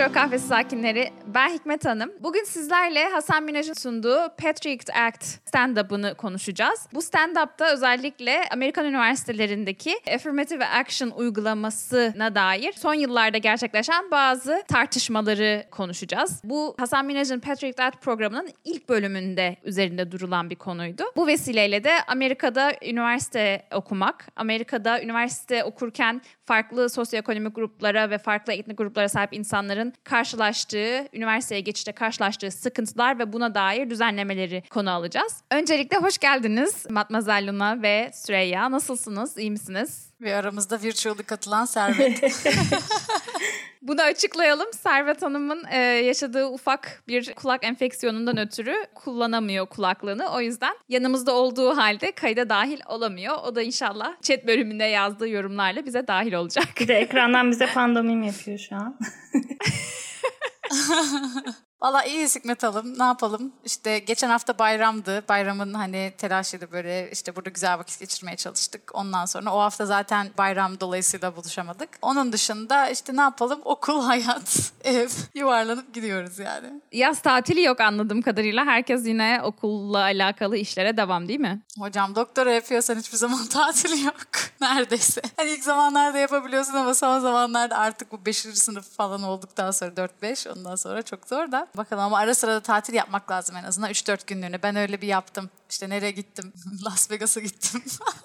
Metro Kahvesi sakinleri, ben Hikmet Hanım. Bugün sizlerle Hasan Minhaj'ın sunduğu Patriot Act stand-up'ını konuşacağız. Bu stand-up'ta özellikle Amerikan üniversitelerindeki affirmative action uygulamasına dair son yıllarda gerçekleşen bazı tartışmaları konuşacağız. Bu Hasan Minhaj'ın Patriot Act programının ilk bölümünde üzerinde durulan bir konuydu. Bu vesileyle de Amerika'da üniversite okumak, Amerika'da üniversite okurken farklı sosyoekonomik gruplara ve farklı etnik gruplara sahip insanların karşılaştığı, üniversiteye geçişte karşılaştığı sıkıntılar ve buna dair düzenlemeleri konu alacağız. Öncelikle hoş geldiniz Matmazel Luna ve Süreyya. Nasılsınız? İyi misiniz? Ve aramızda virtual'ı katılan Servet. Bunu açıklayalım. Servet Hanım'ın yaşadığı ufak bir kulak enfeksiyonundan ötürü kullanamıyor kulaklığını. O yüzden yanımızda olduğu halde kayda dahil olamıyor. O da inşallah chat bölümünde yazdığı yorumlarla bize dahil olacak. Bir de ekrandan bize pandomim yapıyor şu an. Valla iyiyiz Hikmet Hanım. Ne yapalım? İşte geçen hafta bayramdı. Bayramın hani telaşıyla böyle işte burada güzel vakit geçirmeye çalıştık. Ondan sonra o hafta zaten bayram dolayısıyla buluşamadık. Onun dışında işte ne yapalım? Okul, hayat, ev yuvarlanıp gidiyoruz yani. Yaz tatili yok anladığım kadarıyla. Herkes yine okulla alakalı işlere devam değil mi? Hocam doktora yapıyorsan hiçbir zaman tatili yok. Neredeyse. Hani ilk zamanlarda yapabiliyorsun ama son zamanlarda artık bu 5. sınıf falan olduktan sonra 4-5 ondan sonra çok zor da. Bakalım ama ara sıra da tatil yapmak lazım en azından 3-4 günlüğüne. Ben öyle bir yaptım. İşte nereye gittim? Las Vegas'a gittim.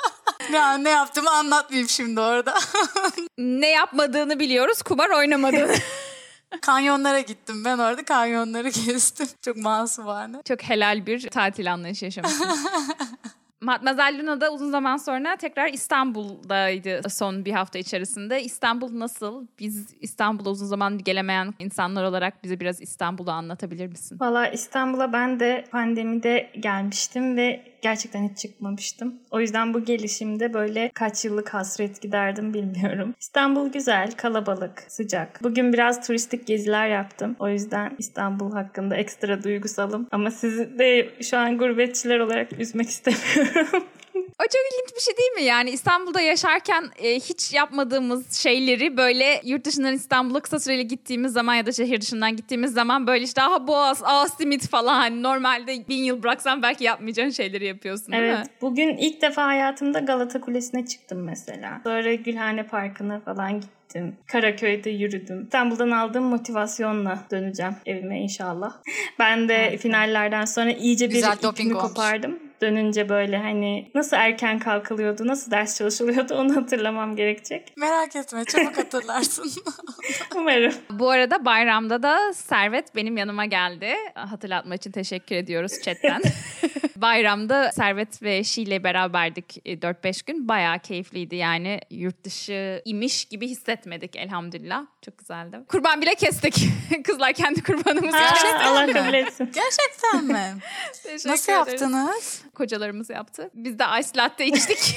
Ne yaptığımı anlatmayayım şimdi orada. Ne yapmadığını biliyoruz, kumar oynamadığını. Kanyonlara gittim. Ben orada kanyonları gezdim. Çok masumane. Çok helal bir tatil anlayışı yaşamışsınız. Matmazel Luna da uzun zaman sonra tekrar İstanbul'daydı son bir hafta içerisinde. İstanbul nasıl? Biz İstanbul'a uzun zaman gelemeyen insanlar olarak bize biraz İstanbul'u anlatabilir misin? Valla İstanbul'a ben de pandemide gelmiştim ve gerçekten hiç çıkmamıştım. O yüzden bu gelişimde böyle kaç yıllık hasret giderdim bilmiyorum. İstanbul güzel, kalabalık, sıcak. Bugün biraz turistik geziler yaptım. O yüzden İstanbul hakkında ekstra duygusalım. Ama sizi de şu an gurbetçiler olarak üzmek istemiyorum. O çok ilginç bir şey değil mi? Yani İstanbul'da yaşarken hiç yapmadığımız şeyleri böyle yurt dışından İstanbul'a kısa süreli gittiğimiz zaman ya da şehir dışından gittiğimiz zaman böyle işte Boğaz, simit falan hani normalde 1000 yıl bıraksan belki yapmayacağın şeyleri yapıyorsun değil mi? Evet. Bugün ilk defa hayatımda Galata Kulesi'ne çıktım mesela. Sonra Gülhane Parkı'na falan gittim. Karaköy'de yürüdüm. İstanbul'dan aldığım motivasyonla döneceğim evime inşallah. Ben de finallerden sonra iyice bir ipimi kopardım. Dönünce böyle hani nasıl erken kalkılıyordu, nasıl ders çalışılıyordu onu hatırlamam gerekecek. Merak etme, çabuk hatırlarsın. Umarım. Bu arada bayramda da Servet benim yanıma geldi. Hatırlatma için teşekkür ediyoruz chatten. Bayramda Servet ve eşiyle beraberdik 4-5 gün. Bayağı keyifliydi yani. Yurt dışı imiş gibi hissetmedik elhamdülillah. Çok güzeldi. Kurban bile kestik. Kızlar kendi kurbanımızı kestik. Allah kabul etsin. Gerçekten mi? Nasıl yaptınız? Kocalarımız yaptı. Biz de ice latte içtik.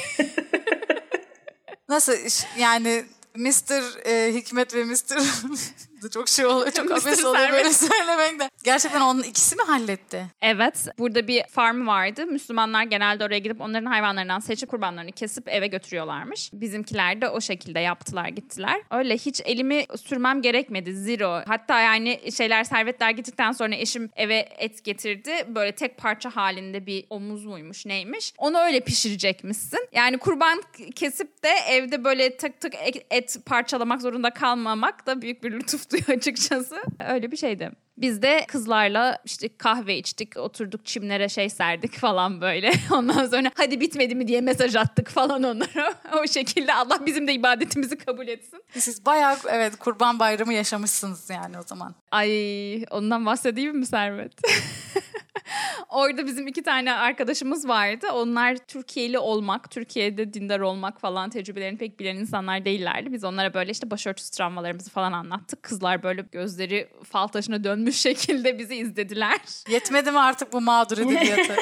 Nasıl yani Mr. Hikmet ve Mr. çok şey oluyor. Çok abes oluyor böyle söylemek de. Gerçekten onun ikisi mi halletti? Evet. Burada bir farm vardı. Müslümanlar genelde oraya gidip onların hayvanlarından seçip kurbanlarını kesip eve götürüyorlarmış. Bizimkiler de o şekilde yaptılar gittiler. Öyle hiç elimi sürmem gerekmedi. Zero. Hatta yani Servetler gittikten sonra eşim eve et getirdi. Böyle tek parça halinde bir omuz muymuş neymiş. Onu öyle pişirecekmişsin. Yani kurban kesip de evde böyle tık tık et parçalamak zorunda kalmamak da büyük bir lütuftu açıkçası. Öyle bir şeydi. Biz de kızlarla işte kahve içtik, oturduk çimlere serdik falan böyle. Ondan sonra hadi bitmedi mi diye mesaj attık falan onlara. O şekilde Allah bizim de ibadetimizi kabul etsin. Siz bayağı evet Kurban Bayramı yaşamışsınız yani o zaman. Ay ondan bahsedeyim mi Servet? Orada bizim 2 tane arkadaşımız vardı. Onlar Türkiye'li olmak, Türkiye'de dindar olmak falan tecrübelerini pek bilen insanlar değillerdi. Biz onlara böyle işte başörtüsü travmalarımızı falan anlattık. Kızlar böyle gözleri fal taşına dönmüş şekilde bizi izlediler. Yetmedi mi artık bu mağdur edebiyatı?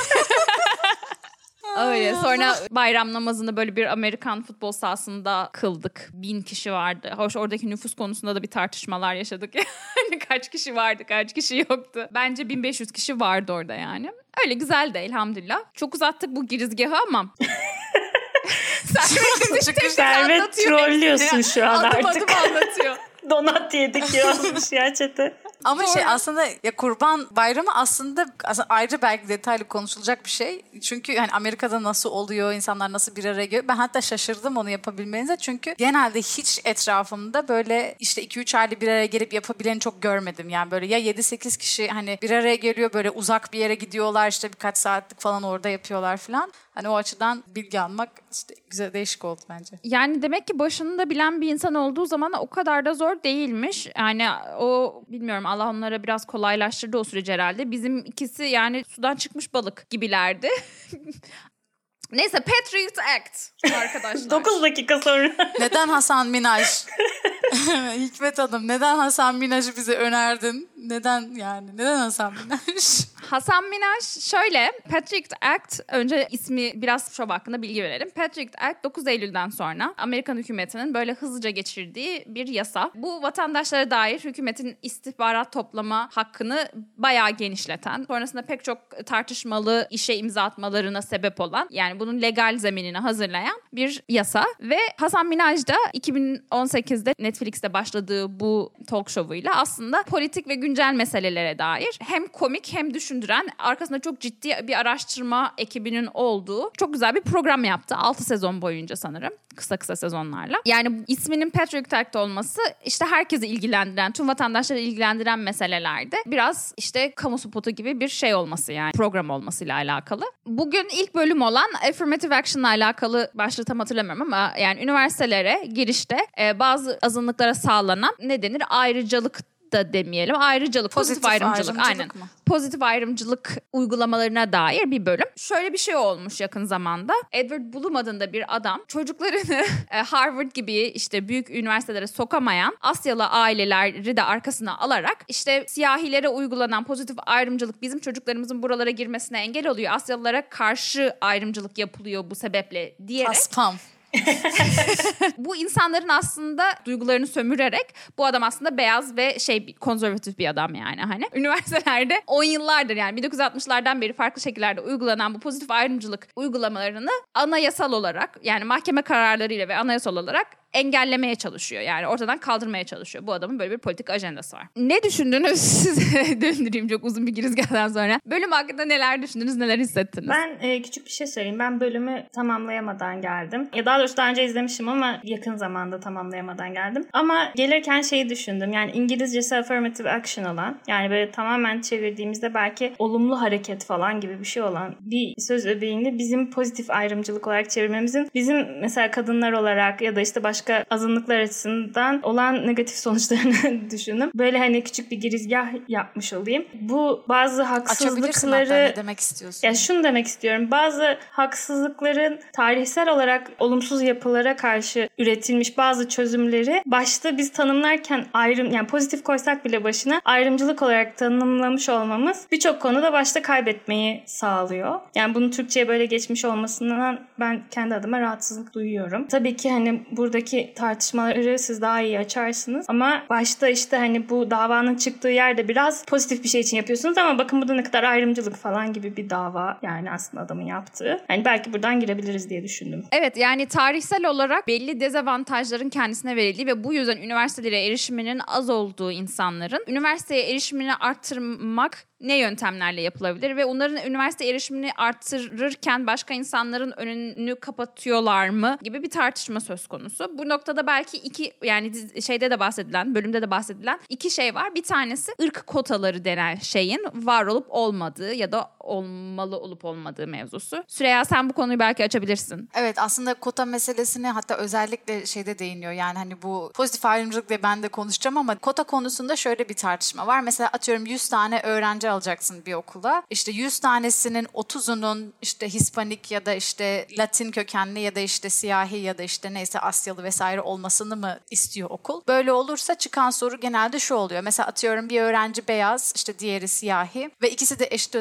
Öyle. Sonra bayram namazını böyle bir Amerikan futbol sahasında kıldık. 1000 kişi vardı. Hoş oradaki nüfus konusunda da bir tartışmalar yaşadık. Yani kaç kişi vardı, kaç kişi yoktu. Bence 1500 kişi vardı orada yani. Öyle güzeldi elhamdülillah. Çok uzattık bu girizgahı ama. Servet trollüyorsun şu an artık. Adım anlatıyor. Donat yedik yazmış ya chat'e. Ama aslında ya Kurban Bayramı aslında ayrı belki detaylı konuşulacak bir şey. Çünkü hani Amerika'da nasıl oluyor, insanlar nasıl bir araya geliyor. Ben hatta şaşırdım onu yapabilmenize. Çünkü genelde hiç etrafımda böyle işte 2-3 aile bir araya gelip yapabileni çok görmedim. Yani böyle ya 7-8 kişi hani bir araya geliyor, böyle uzak bir yere gidiyorlar, işte birkaç saatlik falan orada yapıyorlar falan. Hani o açıdan bilgi almak işte güzel, değişik oldu bence. Yani demek ki başını da bilen bir insan olduğu zaman o kadar da zor değilmiş. Yani o bilmiyorum, Allah onlara biraz kolaylaştırdı o süreci herhalde. Bizim ikisi yani sudan çıkmış balık gibilerdi. Neyse, Patriot Act arkadaşlar. 9 dakika sonra. Neden Hasan Minaj? Hikmet Hanım, neden Hasan Minaj'ı bize önerdin? Neden yani? Neden Hasan Minaj? Hasan Minaj şöyle, Patriot Act, önce ismi biraz şov hakkında bilgi verelim. Patriot Act 9 Eylül'den sonra Amerikan hükümetinin böyle hızlıca geçirdiği bir yasa. Bu vatandaşlara dair hükümetin istihbarat toplama hakkını bayağı genişleten, sonrasında pek çok tartışmalı işe imza atmalarına sebep olan, yani bunun legal zeminini hazırlayan bir yasa. Ve Hasan Minaj da 2018'de Netflix'te başladığı bu talk show'uyla aslında politik ve güncel meselelere dair hem komik hem düşündüren, arkasında çok ciddi bir araştırma ekibinin olduğu çok güzel bir program yaptı. 6 sezon boyunca sanırım. Kısa sezonlarla. Yani isminin Patriot Act olması işte herkesi ilgilendiren, tüm vatandaşları ilgilendiren meselelerde biraz işte kamu spotu gibi bir şey olması, yani program olmasıyla alakalı. Bugün ilk bölüm olan Affirmative Action'la alakalı başlığı tam hatırlamıyorum ama yani üniversitelere girişte bazı azınlıklara sağlanan, ne denir, ayrıcalık da demeyelim, ayrıcalık, pozitif ayrımcılık aynen. Mı? Pozitif ayrımcılık uygulamalarına dair bir bölüm. Şöyle bir şey olmuş yakın zamanda. Edward Bloom adında bir adam çocuklarını Harvard gibi işte büyük üniversitelere sokamayan Asyalı aileleri de arkasına alarak işte siyahilere uygulanan pozitif ayrımcılık bizim çocuklarımızın buralara girmesine engel oluyor, Asyalılara karşı ayrımcılık yapılıyor bu sebeple diyerek. Spam. Bu insanların aslında duygularını sömürerek, bu adam aslında beyaz ve konservatif bir adam yani, hani üniversitelerde 10 yıllardır, yani 1960'lardan beri farklı şekillerde uygulanan bu pozitif ayrımcılık uygulamalarını anayasal olarak, yani mahkeme kararlarıyla ve anayasal olarak engellemeye çalışıyor. Yani ortadan kaldırmaya çalışıyor. Bu adamın böyle bir politik ajandası var. Ne düşündünüz? Size döndüreyim çok uzun bir girizgahdan sonra. Bölüm hakkında neler düşündünüz, neler hissettiniz? Ben küçük bir şey söyleyeyim. Ben bölümü tamamlayamadan geldim. Ya daha doğrusu daha önce izlemişim ama yakın zamanda tamamlayamadan geldim. Ama gelirken şeyi düşündüm. Yani İngilizcesi affirmative action olan, yani böyle tamamen çevirdiğimizde belki olumlu hareket falan gibi bir şey olan bir söz öbeğini bizim pozitif ayrımcılık olarak çevirmemizin bizim mesela kadınlar olarak ya da işte başka azınlıklar açısından olan negatif sonuçlarını düşünün. Böyle hani küçük bir girizgah yapmış olayım. Bu bazı haksızlıkları... ne demek istiyorsun? Ya şunu demek istiyorum. Bazı haksızlıkların tarihsel olarak olumsuz yapılara karşı üretilmiş bazı çözümleri başta biz tanımlarken yani pozitif koysak bile başına ayrımcılık olarak tanımlamış olmamız birçok konuda başta kaybetmeyi sağlıyor. Yani bunun Türkçe'ye böyle geçmiş olmasından ben kendi adıma rahatsızlık duyuyorum. Tabii ki hani buradaki tartışmaları siz daha iyi açarsınız ama başta işte hani bu davanın çıktığı yerde biraz pozitif bir şey için yapıyorsunuz ama bakın bu da ne kadar ayrımcılık falan gibi bir dava, yani aslında adamın yaptığı. Yani belki buradan girebiliriz diye düşündüm. Evet, yani tarihsel olarak belli dezavantajların kendisine verildiği ve bu yüzden üniversitelere erişiminin az olduğu insanların üniversiteye erişimini arttırmak ne yöntemlerle yapılabilir ve onların üniversite erişimini arttırırken başka insanların önünü kapatıyorlar mı gibi bir tartışma söz konusu. Bu noktada belki yani şeyde de bahsedilen, bölümde de bahsedilen iki şey var. Bir tanesi ırk kotaları denen şeyin var olup olmadığı ya da olmalı olup olmadığı mevzusu. Süreyya, sen bu konuyu belki açabilirsin. Evet, aslında kota meselesini hatta özellikle şeyde değiniyor. Yani hani bu pozitif ayrımcılık diye ben de konuşacağım ama kota konusunda şöyle bir tartışma var. Mesela atıyorum 100 tane öğrenci alacaksın bir okula. İşte 100 tanesinin 30'unun işte Hispanik ya da işte Latin kökenli ya da işte siyahi ya da işte neyse Asyalı vesaire olmasını mı istiyor okul? Böyle olursa çıkan soru genelde şu oluyor. Mesela atıyorum bir öğrenci beyaz, işte diğeri siyahi ve ikisi de eşit özelliklere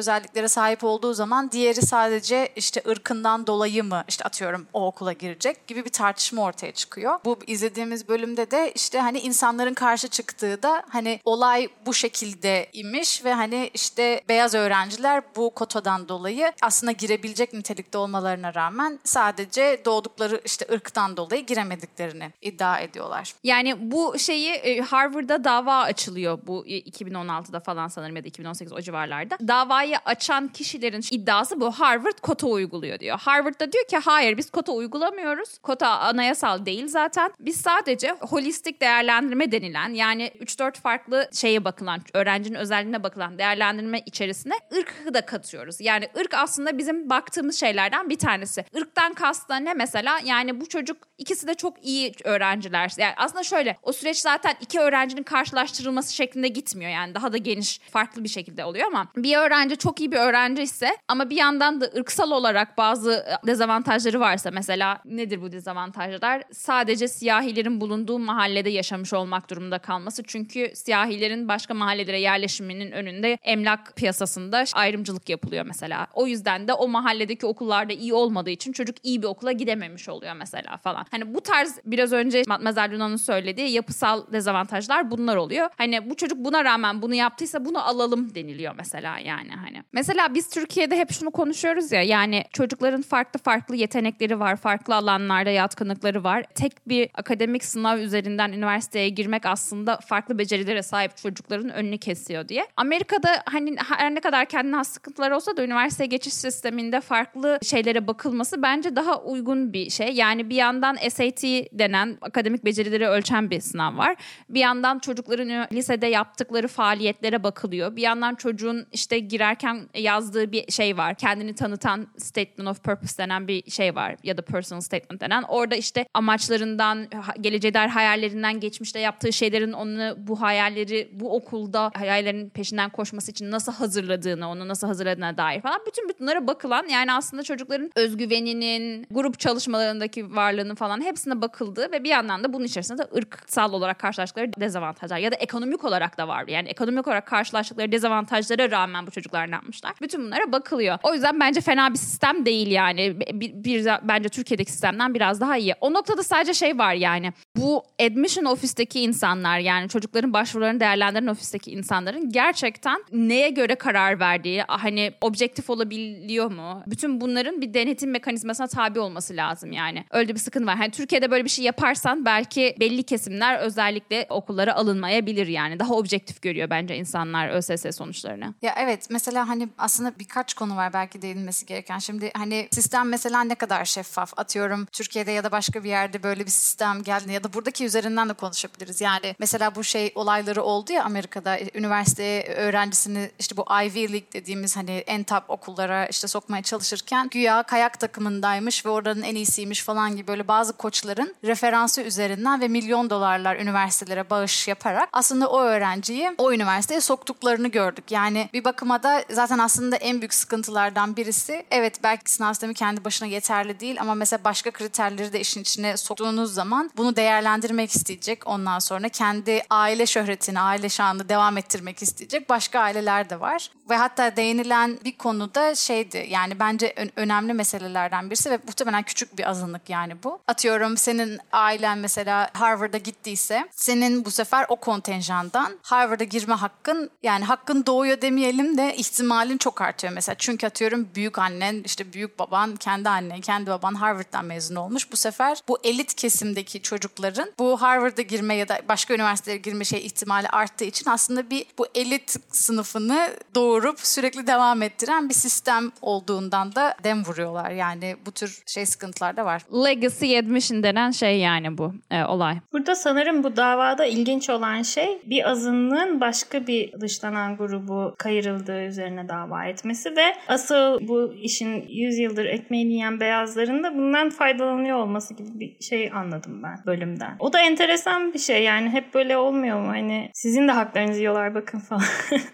sahip olduğu zaman diğeri sadece işte ırkından dolayı mı işte atıyorum o okula girecek gibi bir tartışma ortaya çıkıyor. Bu izlediğimiz bölümde de işte hani insanların karşı çıktığı da hani olay bu şekilde imiş ve hani işte beyaz öğrenciler bu kotadan dolayı aslında girebilecek nitelikte olmalarına rağmen sadece doğdukları işte ırktan dolayı giremediklerini iddia ediyorlar. Yani bu şeyi Harvard'da dava açılıyor bu 2016'da falan sanırım ya da 2018 o civarlarda. Davayı açan kişilerin iddiası bu: Harvard kota uyguluyor diyor. Harvard da diyor ki hayır, biz kota uygulamıyoruz. Kota anayasal değil zaten. Biz sadece holistik değerlendirme denilen, yani 3-4 farklı şeye bakılan, öğrencinin özelliğine bakılan değerlendirme içerisine ırkı da katıyoruz. Yani ırk aslında bizim baktığımız şeylerden bir tanesi. Irktan kastı ne mesela? Yani bu çocuk, ikisi de çok iyi öğrenciler. Yani aslında şöyle, o süreç zaten iki öğrencinin karşılaştırılması şeklinde gitmiyor. Yani daha da geniş, farklı bir şekilde oluyor ama bir öğrenci çok iyi bir öğrenci ise ama bir yandan da ırksal olarak bazı dezavantajları varsa, mesela nedir bu dezavantajlar? Sadece siyahilerin bulunduğu mahallede yaşamış olmak durumunda kalması. Çünkü siyahilerin başka mahallelere yerleşiminin önünde emlak piyasasında ayrımcılık yapılıyor mesela. O yüzden de o mahalledeki okullarda iyi olmadığı için çocuk iyi bir okula gidememiş oluyor mesela falan. Hani bu tarz biraz önce Mademoiselle Luna'nın söylediği yapısal dezavantajlar bunlar oluyor. Hani bu çocuk buna rağmen bunu yaptıysa bunu alalım deniliyor mesela, yani hani. Mesela biz Türkiye'de hep şunu konuşuyoruz ya, yani çocukların farklı yetenekleri var, farklı alanlarda yatkınlıkları var. Tek bir akademik sınav üzerinden üniversiteye girmek aslında farklı becerilere sahip çocukların önünü kesiyor diye. Amerika'da hani her ne kadar kendine has sıkıntılar olsa da üniversiteye geçiş sisteminde farklı şeylere bakılması bence daha uygun bir şey. Yani bir yandan SAT denen akademik becerileri ölçen bir sınav var. Bir yandan çocukların lisede yaptıkları faaliyetlere bakılıyor. Bir yandan çocuğun işte girerken yazdığı bir şey var. Kendini tanıtan statement of purpose denen bir şey var. Ya da personal statement denen. Orada işte amaçlarından, geleceğe dair hayallerinden, geçmişte yaptığı şeylerin onu, bu hayalleri, bu okulda hayallerin peşinden koşması için nasıl hazırladığını, onu nasıl hazırladığına dair falan. Bütün bunlara bakılan, yani aslında çocukların özgüveninin, grup çalışmalarındaki varlığının falan hepsine bakıldığı ve bir yandan da bunun içerisinde de ırksal olarak karşılaştıkları dezavantajlar ya da ekonomik olarak da var. Yani ekonomik olarak karşılaştıkları dezavantajlara rağmen bu çocuklar ne yapmışlar? Bütün bunlara bakılıyor. O yüzden bence fena bir sistem değil yani. Bence Türkiye'deki sistemden biraz daha iyi. O noktada sadece şey var yani. Bu admission ofisteki insanlar, yani çocukların başvurularını değerlendiren ofisteki insanların gerçekten neye göre karar verdiği, hani objektif olabiliyor mu? Bütün bunların bir denetim mekanizmasına tabi olması lazım yani. Öyle bir sıkıntı var. Hani Türkiye'de böyle bir şey yaparsan belki belli kesimler özellikle okullara alınmayabilir yani. Daha objektif görüyor bence insanlar ÖSS sonuçlarını. Ya evet, mesela hani aslında birkaç konu var belki değinilmesi gereken. Şimdi hani sistem mesela ne kadar şeffaf, atıyorum Türkiye'de ya da başka bir yerde böyle bir sistem geldi ya da buradaki üzerinden de konuşabiliriz. Yani mesela bu şey olayları oldu ya Amerika'da, üniversite öğrencisini işte bu Ivy League dediğimiz hani en top okullara işte sokmaya çalışırken güya kayak takımındaymış ve oranın en iyisiymiş falan gibi böyle bazı koçların referansı üzerinden ve milyon dolarlar üniversitelere bağış yaparak aslında o öğrenciyi o üniversiteye soktuklarını gördük. Yani bir bakıma da zaten aslında en büyük sıkıntılardan birisi, evet belki sınav sistemi kendi başına yeterli değil ama mesela başka kriterleri de işin içine soktuğunuz zaman bunu değerlendirmek isteyecek, ondan sonra kendi aile şöhretini, aile şanını devam ettirmek isteyecek başka aileler de var. Ve hatta değinilen bir konu da şeydi, yani bence önemli meselelerden birisi ve muhtemelen küçük bir azınlık yani bu. Atıyorum senin ailen mesela Harvard'a gittiyse senin bu sefer o kontenjandan Harvard'a girme hakkın, yani hakkın doğuyor demeyelim de ihtimalin çok artıyor mesela. Çünkü atıyorum büyük annen, işte büyük baban, kendi annen, kendi baban Harvard'dan mezun olmuş. Bu sefer bu elit kesimdeki çocukların bu Harvard'a girme ya da başka üniversitelere girme ihtimali arttığı için aslında bu elit sınıfını doğurup sürekli devam ettiren bir sistem olduğundan da dem vuruyorlar. Yani bu tür sıkıntılar da var. Legacy admission denen şey yani bu olay. Burada sanırım bu davada ilginç olan şey bir azınlığın başka bir dışlanan grubu kayırıldığı üzerine dava etmesi ve asıl bu işin 100 yıldır ekmeğini yiyen beyazların da bundan faydalanıyor olması gibi bir şey anladım ben bölümden. O da enteresan bir şey yani, hep böyle olmuyor mu? Hani sizin de haklarınızı yiyorlar bakın falan.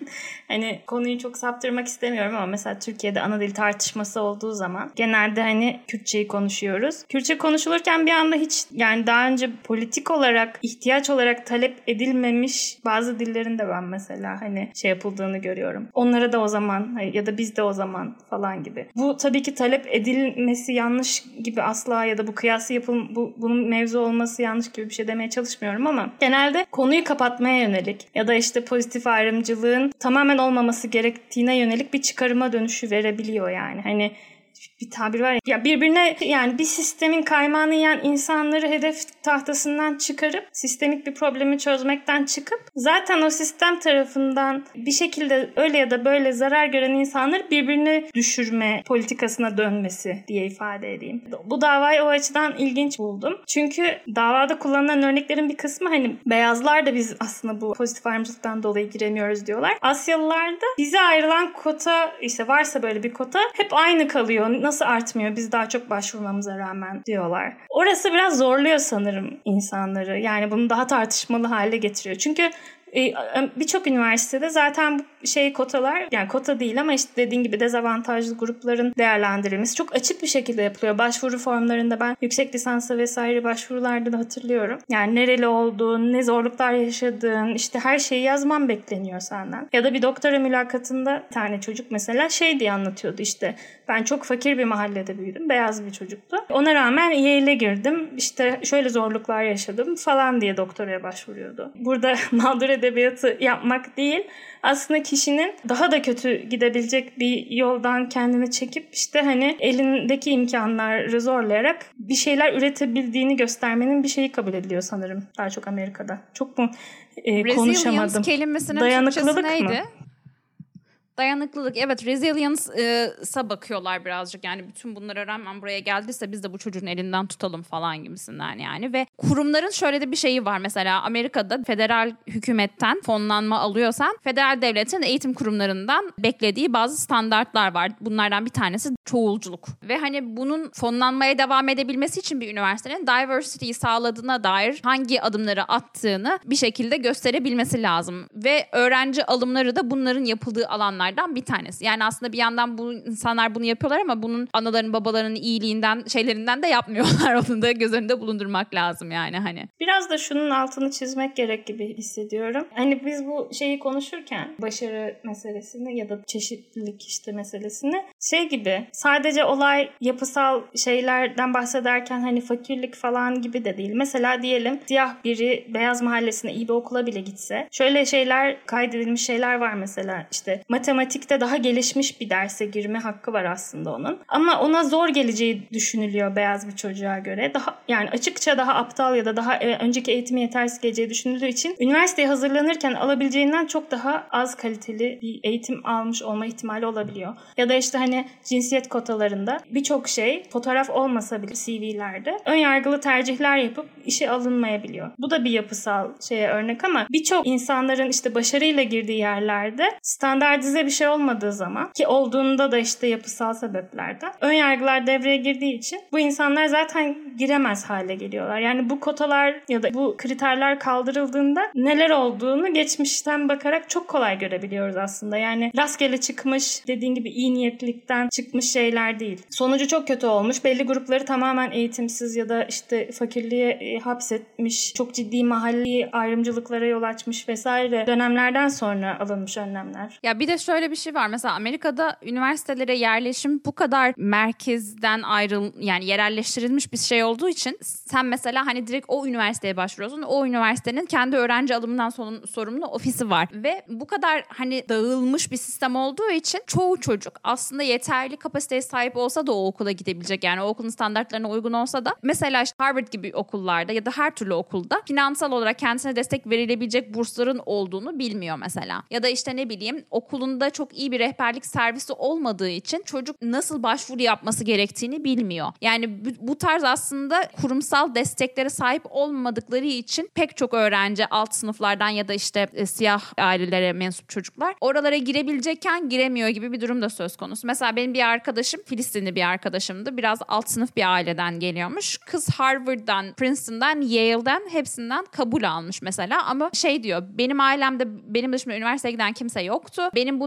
Hani konuyu çok saptırmak istemiyorum ama mesela Türkiye'de ana dil tartışması olduğu zaman genelde hani Kürtçeyi konuşuyoruz. Kürtçe konuşulurken bir anda hiç, yani daha önce politik olarak, ihtiyaç olarak talep edilmemiş bazı dillerin de ben mesela hani yapıldığını görüyorum. Onlara da o zaman zaman ya da biz de o zaman falan gibi. Bu tabii ki talep edilmesi yanlış gibi asla ya da bu kıyası bunun mevzu olması yanlış gibi bir şey demeye çalışmıyorum ama genelde konuyu kapatmaya yönelik ya da işte pozitif ayrımcılığın tamamen olmaması gerektiğine yönelik bir çıkarıma dönüşü verebiliyor yani. Hani bir tabir var ya birbirine, yani bir sistemin kaymağını yiyen insanları hedef tahtasından çıkarıp sistemik bir problemi çözmekten çıkıp zaten o sistem tarafından bir şekilde öyle ya da böyle zarar gören insanları birbirine düşürme politikasına dönmesi diye ifade edeyim. Bu davayı o açıdan ilginç buldum. Çünkü davada kullanılan örneklerin bir kısmı hani beyazlar da biz aslında bu pozitif ayrımcılıktan dolayı giremiyoruz diyorlar. Asyalılarda bize ayrılan kota, işte varsa böyle bir kota, hep aynı kalıyor. Nasıl artmıyor biz daha çok başvurmamıza rağmen diyorlar. Orası biraz zorluyor sanırım insanları. Yani bunu daha tartışmalı hale getiriyor. Çünkü birçok üniversitede zaten kotalar, yani kota değil ama işte dediğin gibi dezavantajlı grupların değerlendirilmesi çok açık bir şekilde yapılıyor. Başvuru formlarında ben yüksek lisansa vesaire başvurularda da hatırlıyorum. Yani nereli olduğun, ne zorluklar yaşadığın, işte her şeyi yazman bekleniyor senden. Ya da bir doktora mülakatında bir tane çocuk mesela diye anlatıyordu, işte ben çok fakir bir mahallede büyüdüm. Beyaz bir çocuktu. Ona rağmen Yale'e girdim. İşte şöyle zorluklar yaşadım falan diye doktoraya başvuruyordu. Burada mağdur edebiyatı yapmak değil, aslında kişinin daha da kötü gidebilecek bir yoldan kendini çekip işte hani elindeki imkanları zorlayarak bir şeyler üretebildiğini göstermenin bir şeyi kabul ediliyor sanırım daha çok Amerika'da. Çok mu konuşamadım? Resilience kelimesinin Dayanıklılık Türkçesi mı? neydi? Dayanıklılık. Evet, resilience'a bakıyorlar birazcık. Yani bütün bunlara rağmen buraya geldiyse biz de bu çocuğun elinden tutalım falan gibisinden yani. Ve kurumların şöyle de bir şeyi var. Mesela Amerika'da federal hükümetten fonlanma alıyorsan federal devletin eğitim kurumlarından beklediği bazı standartlar var. Bunlardan bir tanesi çoğulculuk. Ve hani bunun fonlanmaya devam edebilmesi için bir üniversitenin diversity'yi sağladığına dair hangi adımları attığını bir şekilde gösterebilmesi lazım. Ve öğrenci alımları da bunların yapıldığı alanlar bir tanesi. Yani aslında bir yandan bu insanlar bunu yapıyorlar ama bunun anaların babalarının iyiliğinden, şeylerinden de yapmıyorlar. Onu da göz önünde bulundurmak lazım yani hani. Biraz da şunun altını çizmek gerek gibi hissediyorum. Hani biz bu şeyi konuşurken başarı meselesini ya da çeşitlilik işte meselesini gibi sadece olay yapısal şeylerden bahsederken hani fakirlik falan gibi de değil. Mesela diyelim siyah biri beyaz mahallesine iyi bir okula bile gitse şöyle şeyler kaydedilmiş şeyler var mesela işte matematikte daha gelişmiş bir derse girme hakkı var aslında onun. Ama ona zor geleceği düşünülüyor beyaz bir çocuğa göre. Yani açıkça daha aptal ya da daha önceki eğitimi yetersiz geleceği düşünüldüğü için üniversiteye hazırlanırken alabileceğinden çok daha az kaliteli bir eğitim almış olma ihtimali olabiliyor. Ya da işte hani cinsiyet kotalarında birçok fotoğraf olmasa bile CV'lerde önyargılı tercihler yapıp işe alınmayabiliyor. Bu da bir yapısal örnek ama birçok insanların işte başarıyla girdiği yerlerde standartize bir şey olmadığı zaman ki olduğunda da işte yapısal sebeplerden önyargılar devreye girdiği için bu insanlar zaten giremez hale geliyorlar. Yani bu kotalar ya da bu kriterler kaldırıldığında neler olduğunu geçmişten bakarak çok kolay görebiliyoruz aslında. Yani rastgele çıkmış, dediğin gibi iyi niyetlilikten çıkmış şeyler değil. Sonucu çok kötü olmuş. Belli grupları tamamen eğitimsiz ya da işte fakirliğe hapsetmiş, çok ciddi mahalli ayrımcılıklara yol açmış vesaire dönemlerden sonra alınmış önlemler. Ya bir de şöyle bir şey var. Mesela Amerika'da üniversitelere yerleşim bu kadar merkezden yani yerelleştirilmiş bir şey olduğu için sen mesela hani direkt o üniversiteye başvuruyorsun. O üniversitenin kendi öğrenci alımından sorumlu ofisi var. Ve bu kadar hani dağılmış bir sistem olduğu için çoğu çocuk aslında yeterli kapasiteye sahip olsa da o okula gidebilecek. Yani o okulun standartlarına uygun olsa da mesela işte Harvard gibi okullarda ya da her türlü okulda finansal olarak kendisine destek verilebilecek bursların olduğunu bilmiyor mesela. Ya da işte ne bileyim okulunda çok iyi bir rehberlik servisi olmadığı için çocuk nasıl başvuru yapması gerektiğini bilmiyor. Yani bu tarz aslında kurumsal desteklere sahip olmadıkları için pek çok öğrenci alt sınıflardan ya da işte siyah ailelere mensup çocuklar oralara girebilecekken giremiyor gibi bir durum da söz konusu. Mesela benim bir arkadaşım, Filistinli bir arkadaşımdı. Biraz alt sınıf bir aileden geliyormuş. Kız Harvard'dan, Princeton'dan, Yale'den hepsinden kabul almış mesela. Ama diyor, benim ailemde benim dışımda üniversiteye giden kimse yoktu. Benim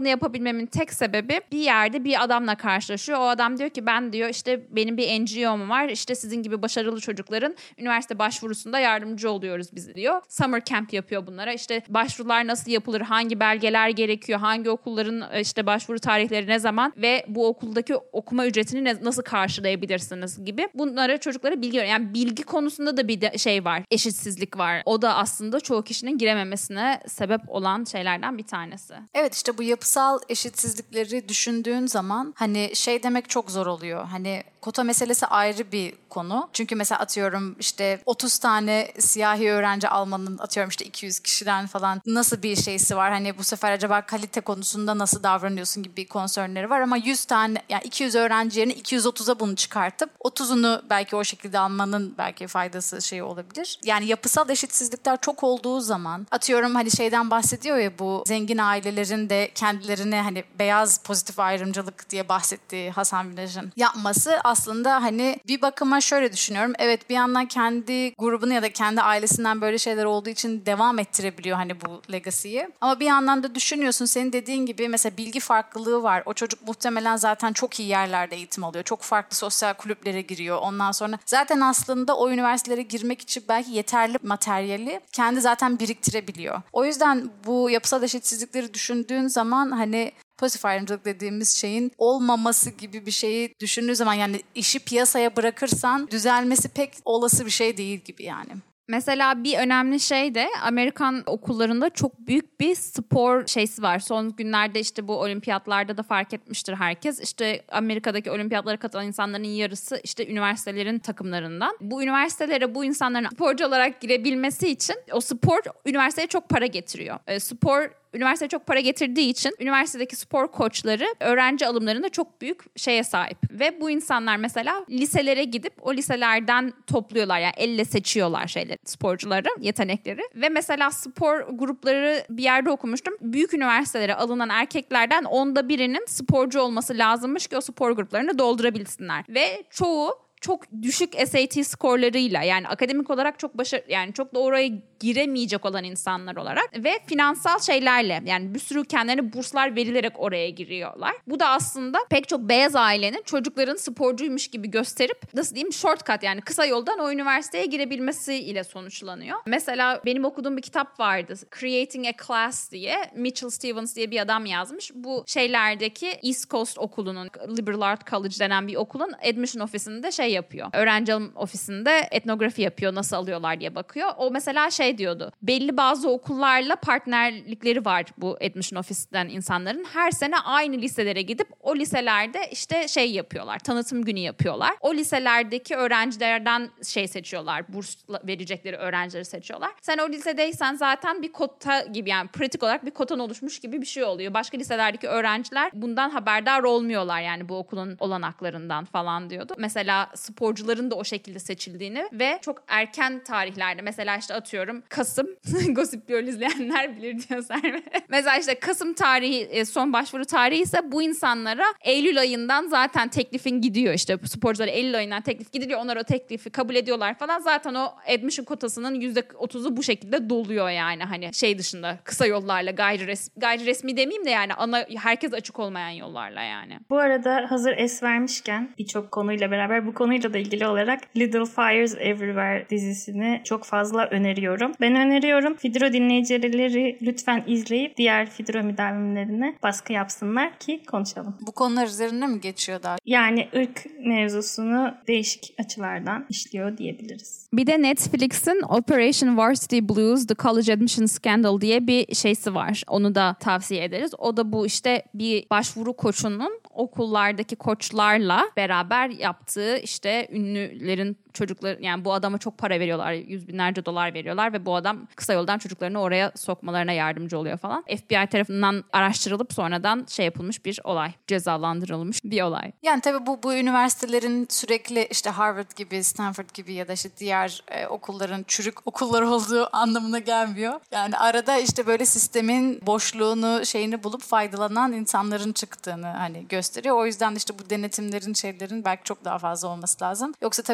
bunu yapabilmemin tek sebebi bir yerde bir adamla karşılaşıyor. O adam diyor ki ben diyor işte benim bir NGO'm var. İşte sizin gibi başarılı çocukların üniversite başvurusunda yardımcı oluyoruz biz diyor. Summer camp yapıyor bunlara. İşte başvurular nasıl yapılır? Hangi belgeler gerekiyor? Hangi okulların işte başvuru tarihleri ne zaman? Ve bu okuldaki okuma ücretini nasıl karşılayabilirsiniz gibi. Bunlara çocuklara bilgi veriyor. Yani bilgi konusunda da bir şey var. Eşitsizlik var. O da aslında çoğu kişinin girememesine sebep olan şeylerden bir tanesi. Evet, işte bu yapısal eşitsizlikleri düşündüğün zaman hani şey demek çok zor oluyor. Hani kota meselesi ayrı bir konu. Çünkü mesela atıyorum işte 30 tane siyahi öğrenci almanın atıyorum işte 200 kişiden falan nasıl bir şeysi var. Hani bu sefer acaba kalite konusunda nasıl davranıyorsun gibi bir konsörleri var ama 100 tane yani 200 öğrenci yerine 230'a bunu çıkartıp 30'unu belki o şekilde almanın belki faydası şey olabilir. Yani yapısal eşitsizlikler çok olduğu zaman atıyorum hani şeyden bahsediyor ya, bu zengin ailelerin de kendilerine hani beyaz pozitif ayrımcılık diye bahsettiği Hasan Minhaj'ın yapması aslında hani bir bakıma şöyle düşünüyorum. Evet, bir yandan kendi grubunu ya da kendi ailesinden böyle şeyler olduğu için devam ettirebiliyor hani bu legacy'yi. Ama bir yandan da düşünüyorsun, senin dediğin gibi mesela bilgi farklılığı var. O çocuk muhtemelen zaten çok iyi yerlerde eğitim alıyor. Çok farklı sosyal kulüplere giriyor. Ondan sonra zaten aslında o üniversitelere girmek için belki yeterli materyali kendi zaten biriktirebiliyor. O yüzden bu yapısal eşitsizlikleri düşündüğün zaman hani pozitif ayrımcılık dediğimiz şeyin olmaması gibi bir şeyi düşündüğün zaman yani işi piyasaya bırakırsan düzelmesi pek olası bir şey değil gibi yani. Mesela bir önemli şey de Amerikan okullarında çok büyük bir spor şeysi var. Son günlerde işte bu olimpiyatlarda da fark etmiştir herkes. İşte Amerika'daki olimpiyatlara katılan insanların yarısı işte üniversitelerin takımlarından. Bu üniversitelere bu insanların sporcu olarak girebilmesi için o spor üniversiteye çok para getiriyor. Spor üniversiteye çok para getirdiği için üniversitedeki spor koçları öğrenci alımlarında çok büyük şeye sahip. Ve bu insanlar mesela liselere gidip o liselerden topluyorlar. Yani elle seçiyorlar şeyleri, sporcuları, yetenekleri. Ve mesela spor grupları bir yerde okumuştum. Büyük üniversitelere alınan erkeklerden 1/10'inin sporcu olması lazımmış ki o spor gruplarını doldurabilsinler. Ve çoğu çok düşük SAT skorlarıyla yani akademik olarak çok yani çok da oraya giremeyecek olan insanlar olarak ve finansal şeylerle yani bir sürü kendilerine burslar verilerek oraya giriyorlar. Bu da aslında pek çok beyaz ailenin çocukların sporcuymuş gibi gösterip nasıl diyeyim shortcut yani kısa yoldan o üniversiteye girebilmesiyle sonuçlanıyor. Mesela benim okuduğum bir kitap vardı. Creating a Class diye Mitchell Stevens diye bir adam yazmış. Bu şeylerdeki East Coast okulunun Liberal Arts College denen bir okulun admission ofisinde şey yapıyor. Öğrenci alım ofisinde etnografi yapıyor. Nasıl alıyorlar diye bakıyor. O mesela şey diyordu. Belli bazı okullarla partnerlikleri var bu admission ofisten insanların. Her sene aynı liselere gidip o liselerde işte şey yapıyorlar. Tanıtım günü yapıyorlar. O liselerdeki öğrencilerden şey seçiyorlar. Burs verecekleri öğrencileri seçiyorlar. Sen o lisedeysen zaten bir kota gibi yani pratik olarak bir kotan oluşmuş gibi bir şey oluyor. Başka liselerdeki öğrenciler bundan haberdar olmuyorlar yani bu okulun olanaklarından falan diyordu. Mesela sporcuların da o şekilde seçildiğini ve çok erken tarihlerde mesela işte atıyorum Kasım Gossip Girl izleyenler bilir diyor Serve. Mesela işte Kasım tarihi son başvuru tarihi ise bu insanlara Eylül ayından zaten teklifin gidiyor işte sporculara Eylül ayından teklif gidiliyor. Onlar o teklifi kabul ediyorlar falan. Zaten o admission kotasının %30'u bu şekilde doluyor yani hani şey dışında kısa yollarla gayri resmi demeyeyim de yani ana herkes açık olmayan yollarla yani. Bu arada hazır es vermişken birçok konuyla beraber bu konuyla da ilgili olarak Little Fires Everywhere dizisini çok fazla öneriyorum. Ben öneriyorum. Fidro dinleyicileri lütfen izleyip diğer Fidro müdavimlerine baskı yapsınlar ki konuşalım. Bu konular üzerine mi geçiyor daha? Yani ırk mevzusunu değişik açılardan işliyor diyebiliriz. Bir de Netflix'in Operation Varsity Blues The College Admission Scandal diye bir şeysi var. Onu da tavsiye ederiz. O da bu işte bir başvuru koçunun okullardaki koçlarla beraber yaptığı işte ünlülerin çocukları yani bu adama çok para veriyorlar. $100 binlerce veriyorlar ve bu adam kısa yoldan çocuklarını oraya sokmalarına yardımcı oluyor falan. FBI tarafından araştırılıp sonradan şey yapılmış bir olay. Cezalandırılmış bir olay. Yani tabii bu üniversitelerin sürekli işte Harvard gibi, Stanford gibi ya da işte diğer okulların çürük okullar olduğu anlamına gelmiyor. Yani arada işte böyle sistemin boşluğunu şeyini bulup faydalanan insanların çıktığını hani gösteriyor. O yüzden de işte bu denetimlerin şeylerin belki çok daha fazla olması lazım. Yoksa tabii ki mesela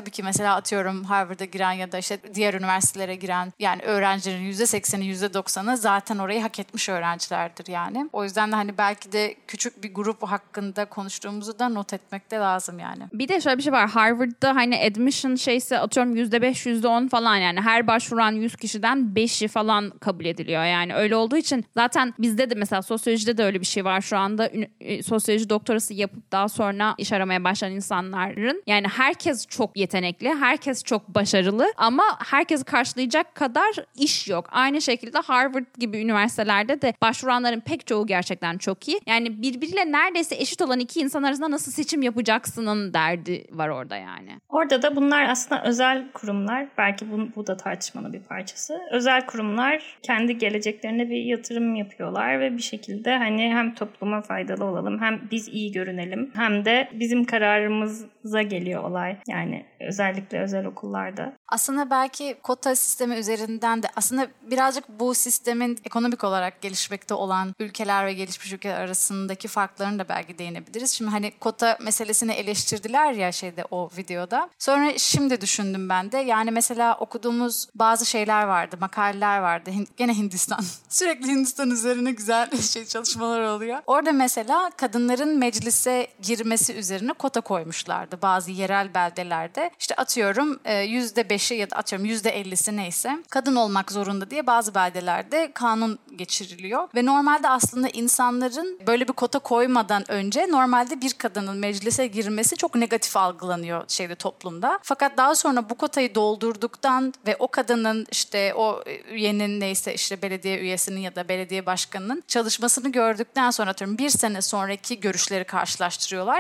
mesela atıyorum Harvard'a giren ya da işte diğer üniversitelere giren yani öğrencilerin %80'i %90'ı zaten orayı hak etmiş öğrencilerdir yani. O yüzden de hani belki de küçük bir grup hakkında konuştuğumuzu da not etmek de lazım yani. Bir de şöyle bir şey var. Harvard'da hani admission şeyse atıyorum %5, %10 falan yani her başvuran 100 kişiden 5'i falan kabul ediliyor. Yani öyle olduğu için zaten bizde de mesela sosyolojide de öyle bir şey var şu anda. Sosyoloji doktorası yapıp daha sonra iş aramaya başlayan insanların yani herkes çok yetenekli, herkes çok başarılı ama herkesi karşılayacak kadar iş yok. Aynı şekilde Harvard gibi üniversitelerde de başvuranların pek çoğu gerçekten çok iyi. Yani birbiriyle neredeyse eşit olan iki insan arasında nasıl seçim yapacaksının derdi var orada yani. Orada da bunlar aslında özel kurumlar. Belki bu da tartışmanın bir parçası. Özel kurumlar kendi geleceklerine bir yatırım yapıyorlar ve bir şekilde hani hem topluma faydalı olalım, hem biz iyi görünelim, hem de bizim kararımıza geliyor olay. Yani özellikle özel okullarda. Aslında belki kota sistemi üzerinden de aslında birazcık bu sistemin ekonomik olarak gelişmekte olan ülkeler ve gelişmiş ülkeler arasındaki farklarını da belki değinebiliriz. Şimdi hani kota meselesini eleştirdiler ya o videoda. Sonra şimdi düşündüm ben de. Yani mesela okuduğumuz bazı şeyler vardı, makaleler vardı. Gene Hindistan. Sürekli Hindistan üzerine güzel çalışmalar oluyor. Orada mesela kadınların meclise girmesi üzerine kota koymuşlardı bazı yerel beldelerde. İşte atıyorum %5'i ya da atıyorum %50'si neyse kadın olmak zorunda diye bazı beldelerde kanun geçiriliyor. Ve normalde aslında insanların böyle bir kota koymadan önce normalde bir kadının meclise girmesi çok negatif algılanıyor toplumda. Fakat daha sonra bu kotayı doldurduktan ve o kadının işte o üyenin neyse işte belediye üyesinin ya da belediye başkanının çalışmasını gördükten sonra atıyorum bir sene sonraki görüşleri karşılaştırıyorlar.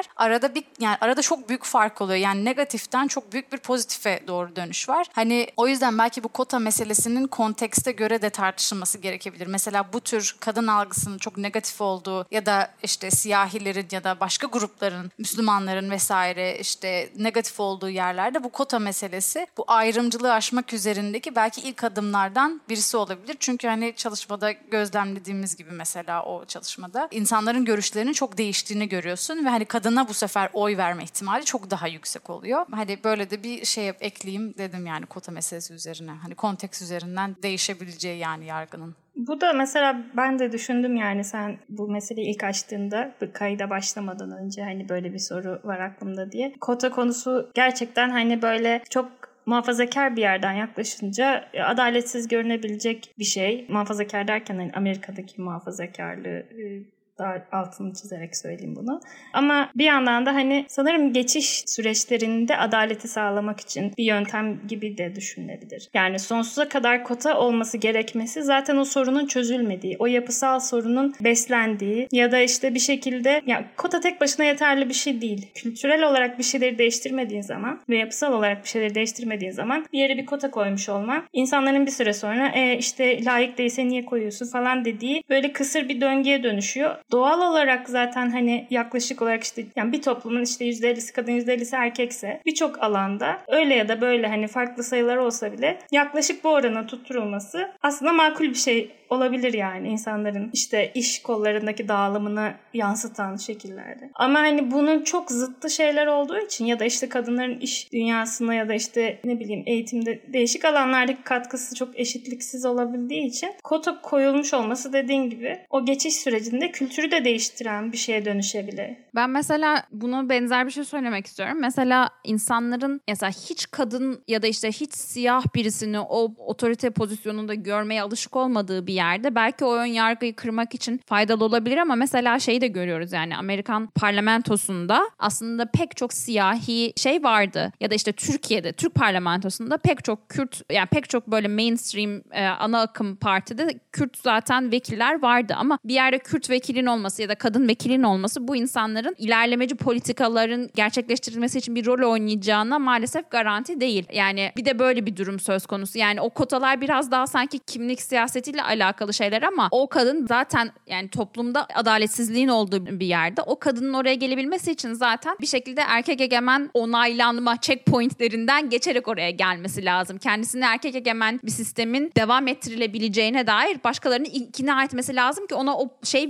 Arada çok büyük fark oluyor. Yani negatiften çok büyük bir pozitife doğru dönüş var. Hani o yüzden belki bu kota meselesinin kontekste göre de tartışılması gerekebilir. Mesela bu tür kadın algısının çok negatif olduğu ya da işte siyahilerin ya da başka grupların, Müslümanların vesaire işte negatif olduğu yerlerde bu kota meselesi bu ayrımcılığı aşmak üzerindeki belki ilk adımlardan birisi olabilir. Çünkü hani çalışmada gözlemlediğimiz gibi mesela o çalışmada insanların görüşlerinin çok değiştiğini görüyorsun ve hani kadına bu sefer oy verme ihtimali çok daha yüksek oluyor. Hani böyle de bir şey ekleyeyim dedim yani kota meselesi üzerine. Hani konteks üzerinden değişebileceği yani yargının. Bu da mesela ben de düşündüm yani sen bu meseleyi ilk açtığında kayda başlamadan önce hani böyle bir soru var aklımda diye. Kota konusu gerçekten hani böyle çok muhafazakar bir yerden yaklaşınca adaletsiz görünebilecek bir şey. Muhafazakar derken hani Amerika'daki muhafazakarlığı daha altını çizerek söyleyeyim bunu. Ama bir yandan da hani sanırım geçiş süreçlerinde adaleti sağlamak için bir yöntem gibi de düşünülebilir. Yani sonsuza kadar kota olması gerekmesi zaten o sorunun çözülmediği, o yapısal sorunun beslendiği ya da işte bir şekilde kota tek başına yeterli bir şey değil. Kültürel olarak bir şeyleri değiştirmediğin zaman ve yapısal olarak bir şeyleri değiştirmediğin zaman bir yere bir kota koymuş olman insanların bir süre sonra işte layık değilse niye koyuyorsun falan dediği böyle kısır bir döngüye dönüşüyor. Doğal olarak zaten hani yaklaşık olarak işte yani bir toplumun işte %50'si kadın %50'si erkekse birçok alanda öyle ya da böyle hani farklı sayılar olsa bile yaklaşık bu oranın tutturulması aslında makul bir şey olabilir yani insanların işte iş kollarındaki dağılımını yansıtan şekillerde. Ama hani bunun çok zıttı şeyler olduğu için ya da işte kadınların iş dünyasına ya da işte ne bileyim eğitimde değişik alanlardaki katkısı çok eşitliksiz olabildiği için kota koyulmuş olması dediğin gibi o geçiş sürecinde kültürü de değiştiren bir şeye dönüşebilir. Ben mesela buna benzer bir şey söylemek istiyorum. Mesela insanların hiç kadın ya da işte hiç siyah birisini o otorite pozisyonunda görmeye alışık olmadığı bir yerde belki o ön yargıyı kırmak için faydalı olabilir ama mesela şeyi de görüyoruz yani Amerikan parlamentosunda aslında pek çok siyahi şey vardı ya da işte Türkiye'de Türk parlamentosunda pek çok Kürt yani pek çok böyle mainstream ana akım partide Kürt zaten vekiller vardı ama bir yerde Kürt vekilin olması ya da kadın vekilin olması bu insanların ilerlemeci politikaların gerçekleştirilmesi için bir rol oynayacağına maalesef garanti değil. Yani bir de böyle bir durum söz konusu. Yani o kotalar biraz daha sanki kimlik siyasetiyle alakalı şeyler ama o kadın zaten yani toplumda adaletsizliğin olduğu bir yerde o kadının oraya gelebilmesi için zaten bir şekilde erkek egemen onaylanma checkpointlerinden geçerek oraya gelmesi lazım. Kendisini erkek egemen bir sistemin devam ettirilebileceğine dair başkalarını ikna etmesi lazım ki ona o şey verilsin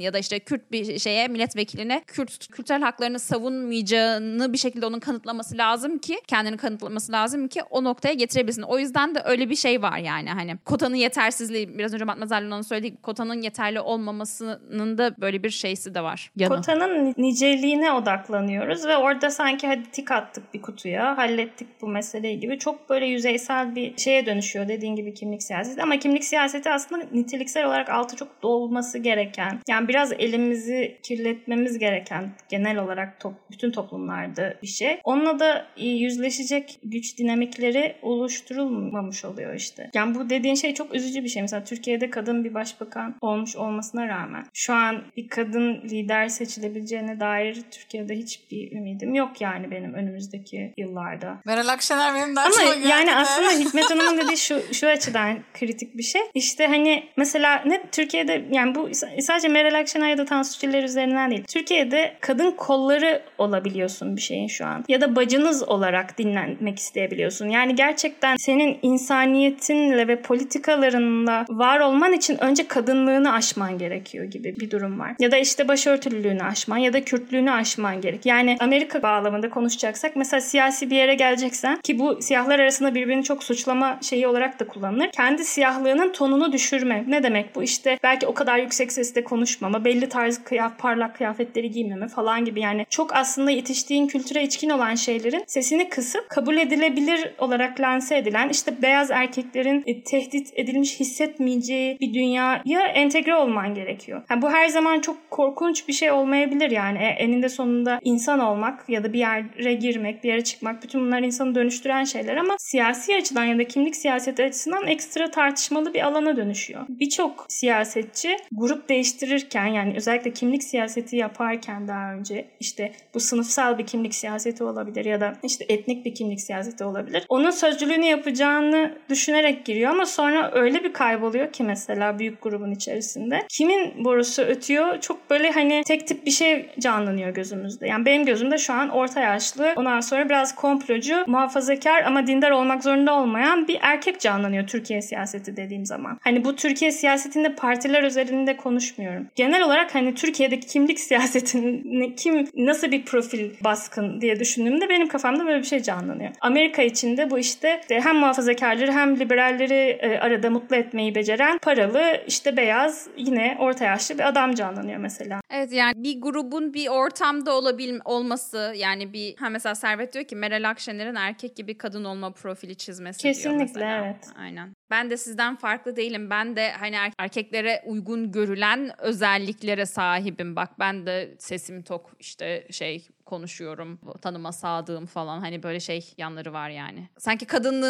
ya da işte Kürt bir şeye milletvekiline kültürel haklarını savunmayacağını bir şekilde onun kanıtlaması lazım ki, kendini kanıtlaması lazım ki o noktaya getirebilsin. O yüzden de öyle bir şey var yani hani kotanın yetersizliği, biraz önce Matmazel'in onu söylediği gibi kotanın yeterli olmamasının da böyle bir şeysi de var. Yanı. Kotanın niceliğine odaklanıyoruz ve orada sanki hadi tik attık bir kutuya, hallettik bu meseleyi gibi çok böyle yüzeysel bir şeye dönüşüyor dediğin gibi kimlik siyaseti. Ama kimlik siyaseti aslında niteliksel olarak altı çok dolması gereken, yani biraz elimizi kirletmemiz gereken genel olarak bütün toplumlarda bir şey. Onunla da yüzleşecek güç dinamikleri oluşturulmamış oluyor işte. Yani bu dediğin şey çok üzücü bir şey. Mesela Türkiye'de kadın bir başbakan olmuş olmasına rağmen şu an bir kadın lider seçilebileceğine dair Türkiye'de hiçbir ümidim yok yani benim önümüzdeki yıllarda. Meral Akşener benim daha çok geldi. Ama yani aslında Hikmet Hanım'ın dediği şu açıdan kritik bir şey. İşte hani mesela Türkiye'de, yani bu sadece Meral Akşener ya da Tansu Çiller üzerinden değil. Türkiye'de kadın kolları olabiliyorsun bir şeyin şu an. Ya da bacınız olarak dinlenmek isteyebiliyorsun. Yani gerçekten senin insaniyetinle ve politikalarınla var olman için önce kadınlığını aşman gerekiyor gibi bir durum var. Ya da işte başörtülülüğünü aşman ya da Kürtlüğünü aşman gerek. Yani Amerika bağlamında konuşacaksak mesela siyasi bir yere geleceksen, ki bu siyahlar arasında birbirini çok suçlama şeyi olarak da kullanılır. Kendi siyahlığının tonunu düşürme. Ne demek bu? İşte belki o kadar yüksek sesle konuşmama, belli tarz parlak kıyafetleri giymeme falan gibi, yani çok aslında yetiştiğin kültüre içkin olan şeylerin sesini kısıp kabul edilebilir olarak lanse edilen, işte beyaz erkeklerin tehdit edilmiş hissetmeyeceği bir dünyaya entegre olman gerekiyor. Yani bu her zaman çok korkunç bir şey olmayabilir yani. Eninde sonunda insan olmak ya da bir yere girmek, bir yere çıkmak, bütün bunlar insanı dönüştüren şeyler ama siyasi açıdan ya da kimlik siyaseti açısından ekstra tartışmalı bir alana dönüşüyor. Birçok siyasetçi grup değiştirirken, yani özellikle kimlik siyaseti yaparken daha önce işte bu sınıfsal bir kimlik siyaseti olabilir ya da işte etnik bir kimlik siyaseti olabilir. Onun sözcülüğünü yapacağını düşünerek giriyor ama sonra öyle bir kayboluyor ki mesela büyük grubun içerisinde. Kimin borusu ötüyor? Çok böyle hani tek tip bir şey canlanıyor gözümüzde. Yani benim gözümde şu an orta yaşlı, ondan sonra biraz komplocu, muhafazakar ama dindar olmak zorunda olmayan bir erkek canlanıyor Türkiye siyaseti dediğim zaman. Hani bu Türkiye siyasetinde partiler özelinde konuşmuyorum. Genel olarak hani Türkiye'deki kimlik siyasetini nasıl bir profil baskın diye düşündüğümde benim kafamda böyle bir şey canlanıyor. Amerika içinde bu işte hem muhafazakarları hem liberalleri arada mutlu etmeyi beceren paralı, işte beyaz, yine orta yaşlı bir adam canlanıyor mesela. Evet, yani bir grubun bir ortamda olması, yani bir mesela Servet diyor ki Meral Akşener'in erkek gibi kadın olma profili çizmesi kesinlikle diyor mesela. Evet. Aynen. Ben de sizden farklı değilim. Ben de hani erkeklere uygun görülen özelliklere sahibim. Bak ben de sesim tok, işte konuşuyorum, tanıma sadığım falan, hani böyle yanları var yani. Sanki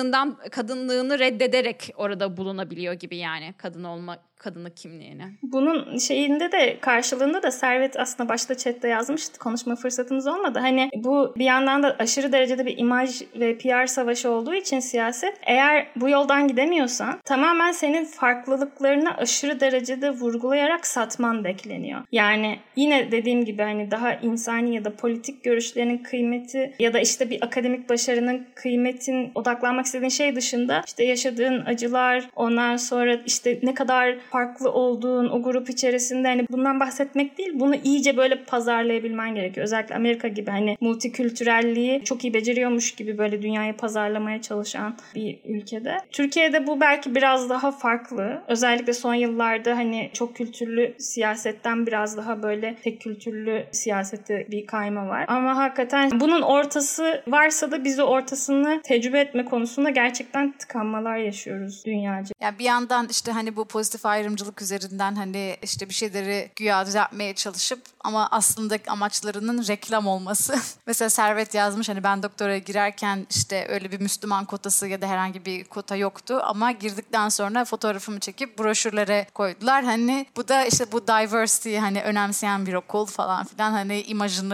kadınlığını reddederek orada bulunabiliyor gibi yani, kadınlık kimliğini. Bunun şeyinde de karşılığında da Servet aslında başta chatte yazmıştı, konuşma fırsatımız olmadı. Hani bu bir yandan da aşırı derecede bir imaj ve PR savaşı olduğu için siyaset, eğer bu yoldan gidemiyorsan tamamen senin farklılıklarını aşırı derecede vurgulayarak satman bekleniyor. Yani yine dediğim gibi hani daha insani ya da politik görüşlerinin kıymeti ya da işte bir akademik başarının kıymetin, odaklanmak istediğin şey dışında işte yaşadığın acılar, ondan sonra işte ne kadar farklı olduğun o grup içerisinde, hani bundan bahsetmek değil, bunu iyice böyle pazarlayabilmen gerekiyor. Özellikle Amerika gibi hani multikültürelliği çok iyi beceriyormuş gibi böyle dünyayı pazarlamaya çalışan bir ülkede. Türkiye'de bu belki biraz daha farklı. Özellikle son yıllarda hani çok kültürlü siyasetten biraz daha böyle tek kültürlü siyasete bir kayma var. Ama hakikaten bunun ortası varsa da biz o ortasını tecrübe etme konusunda gerçekten tıkanmalar yaşıyoruz dünyaca. Ya bir yandan işte hani bu pozitif ayrımcılık üzerinden hani işte bir şeyleri güya düzeltmeye çalışıp ama aslında amaçlarının reklam olması. Mesela Servet yazmış, hani ben doktora girerken işte öyle bir Müslüman kotası ya da herhangi bir kota yoktu ama girdikten sonra fotoğrafımı çekip broşürlere koydular. Hani bu da işte bu diversity, hani önemseyen bir okul falan filan, hani imajını ve